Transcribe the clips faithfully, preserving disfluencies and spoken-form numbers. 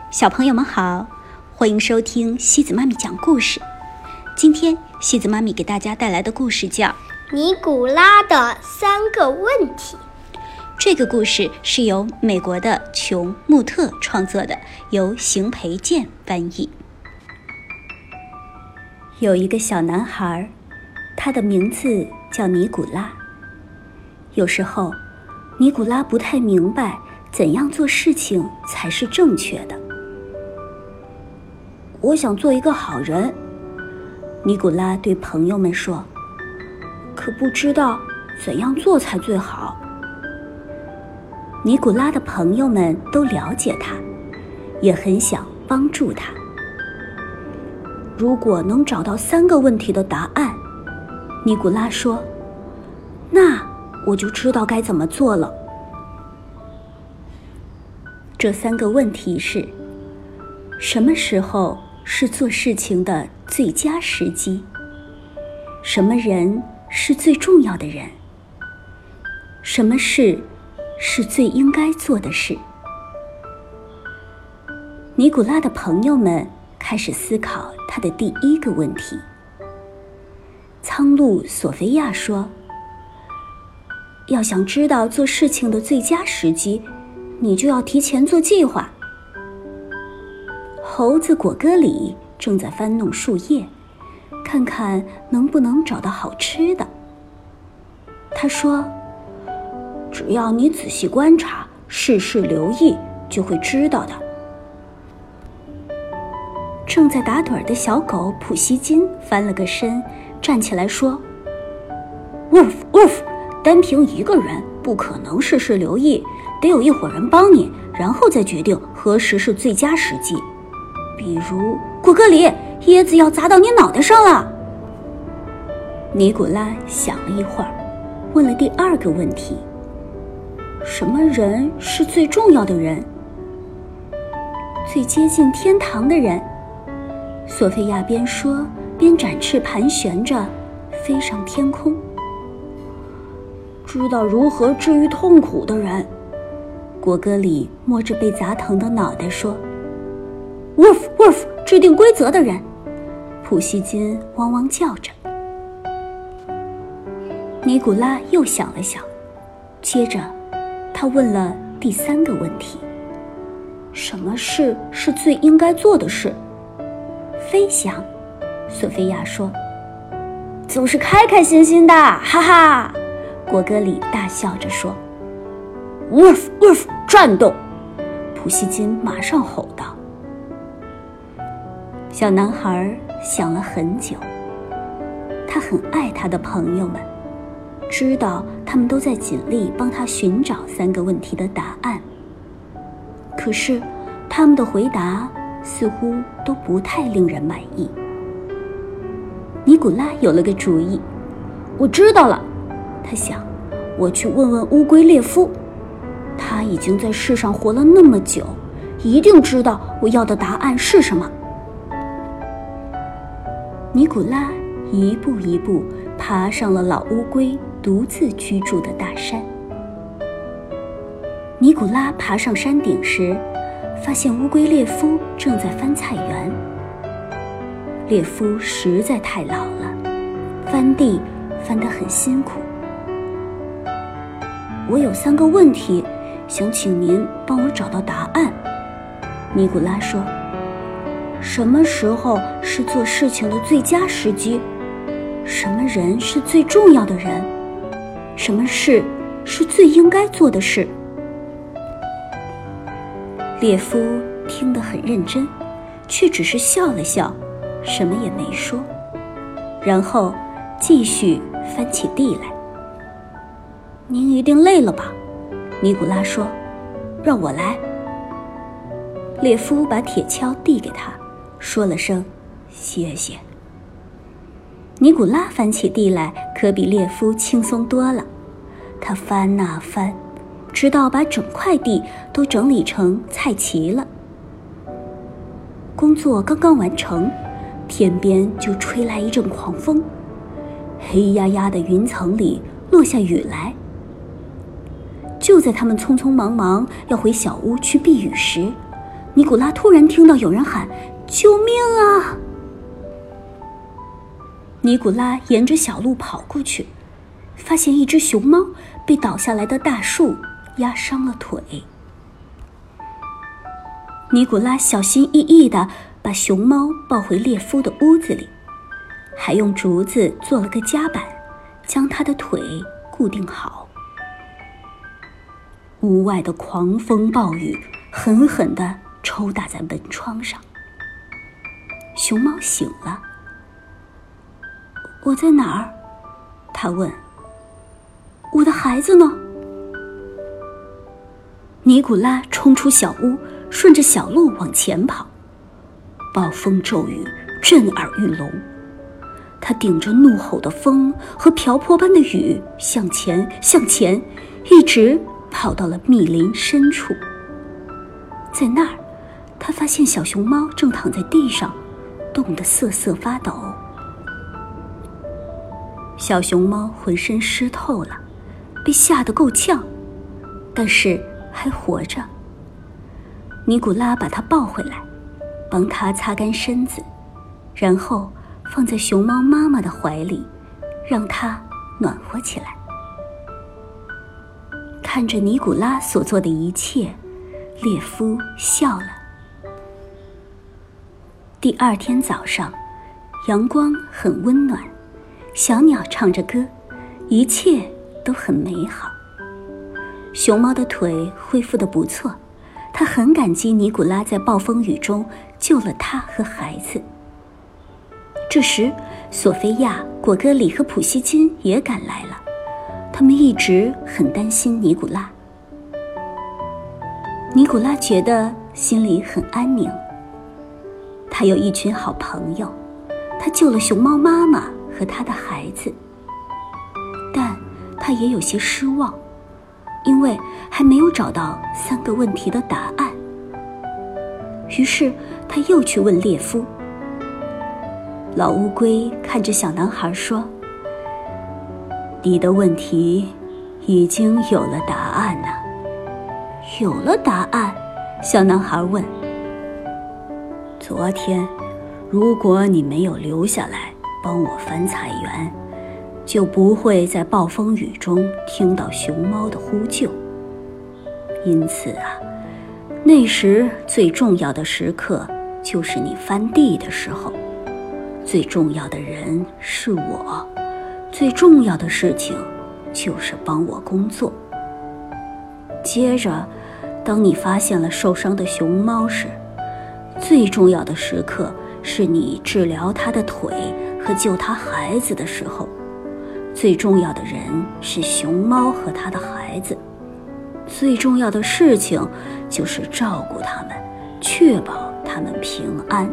小朋友们好，欢迎收听西子妈咪讲故事。今天西子妈咪给大家带来的故事叫《 尼古拉的三个问题》。 这个故事是由美国的琼·穆特创作的，由邢培建翻译。有一个小男孩，他的名字叫尼古拉。有时候，尼古拉不太明白怎样做事情才是正确的。我想做一个好人，尼古拉对朋友们说，可不知道怎样做才最好。尼古拉的朋友们都了解他，也很想帮助他。如果能找到三个问题的答案，尼古拉说，那我就知道该怎么做了。这三个问题是：什么时候是做事情的最佳时机？什么人是最重要的人？什么事是最应该做的事？尼古拉的朋友们开始思考他的第一个问题。苍鹭索菲亚说，要想知道做事情的最佳时机，你就要提前做计划。猴子果戈里正在翻弄树叶，看看能不能找到好吃的。他说，只要你仔细观察，事事留意，就会知道的。正在打盹的小狗普希金翻了个身，站起来说， Woof Woof， 单凭一个人不可能事事留意，得有一伙人帮你，然后再决定何时是最佳时机。比如，果戈里，椰子要砸到你脑袋上了。尼古拉想了一会儿，问了第二个问题，什么人是最重要的人？最接近天堂的人。索菲亚边说边展翅盘旋着，飞上天空。知道如何治愈痛苦的人。果戈里摸着被砸疼的脑袋说， Woof Woof， 制定规则的人。普希金汪汪叫着。尼古拉又想了想，接着他问了第三个问题，什么事是最应该做的事？飞翔。索菲亚说，总是开开心心的，哈哈。果戈里大笑着说， Woof Woof， 战斗。普希金马上吼道。小男孩想了很久，他很爱他的朋友们，知道他们都在尽力帮他寻找三个问题的答案。可是他们的回答似乎都不太令人满意。尼古拉有了个主意，我知道了，他想，我去问问乌龟列夫，他已经在世上活了那么久，一定知道我要的答案是什么。尼古拉一步一步爬上了老乌龟独自居住的大山。尼古拉爬上山顶时，发现乌龟列夫正在翻菜园。列夫实在太老了，翻地翻得很辛苦。我有三个问题，想请您帮我找到答案。尼古拉说，什么时候是做事情的最佳时机？什么人是最重要的人？什么事是最应该做的事？列夫听得很认真，却只是笑了笑，什么也没说，然后继续翻起地来。您一定累了吧？尼古拉说，让我来。列夫把铁锹递给他，说了声谢谢。尼古拉翻起地来可比列夫轻松多了，他翻啊翻，直到把整块地都整理成菜畦了。工作刚刚完成，天边就吹来一阵狂风，黑压压的云层里落下雨来。就在他们匆匆忙忙要回小屋去避雨时， 尼古拉突然听到有人喊：“救命啊！”尼古拉沿着小路跑过去，发现一只熊猫被倒下来的大树压伤了腿。尼古拉小心翼翼地把熊猫抱回列夫的屋子里，还用竹子做了个夹板，将它的腿固定好。屋外的狂风暴雨狠狠地抽打在门窗上。熊猫醒了。我在哪儿？他问。我的孩子呢？尼古拉冲出小屋，顺着小路往前跑。暴风骤雨震耳欲聋，他顶着怒吼的风和瓢泼般的雨向前向前，一直跑到了密林深处。在那儿，他发现小熊猫正躺在地上，冻得瑟瑟发抖。小熊猫浑身湿透了，被吓得够呛，但是还活着。尼古拉把它抱回来，帮它擦干身子，然后放在熊猫妈妈的怀里，让它暖和起来。看着尼古拉所做的一切，列夫笑了。第二天早上，阳光很温暖，小鸟唱着歌，一切都很美好。熊猫的腿恢复得不错，它很感激尼古拉在暴风雨中救了它和孩子。这时，索菲亚、果戈里和普希金也赶来了，他们一直很担心尼古拉。尼古拉觉得心里很安宁，他有一群好朋友，他救了熊猫妈妈和他的孩子，但他也有些失望，因为还没有找到三个问题的答案。于是他又去问列夫。老乌龟看着小男孩说：“你的问题已经有了答案呢。”有了答案？小男孩问。昨天，如果你没有留下来帮我翻菜园，就不会在暴风雨中听到熊猫的呼救。因此啊，那时最重要的时刻就是你翻地的时候，最重要的人是我，最重要的事情就是帮我工作。接着，当你发现了受伤的熊猫时，最重要的时刻是你治疗它的腿和救它孩子的时候，最重要的人是熊猫和它的孩子，最重要的事情就是照顾他们，确保他们平安。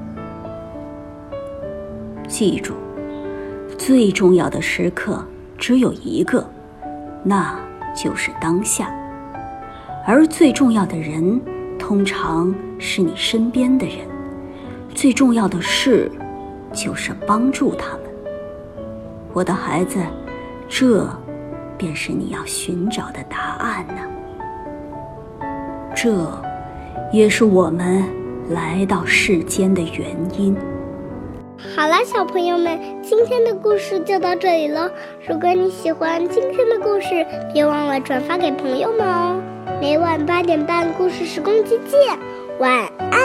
记住，最重要的时刻只有一个，那就是当下。而最重要的人通常是你身边的人，最重要的事就是帮助他们。我的孩子，这便是你要寻找的答案呢。这也是我们来到世间的原因。 好了，小朋友们，今天的故事就到这里了。如果你喜欢今天的故事，别忘了转发给朋友们哦。每晚八点半，故事时光机见，晚安。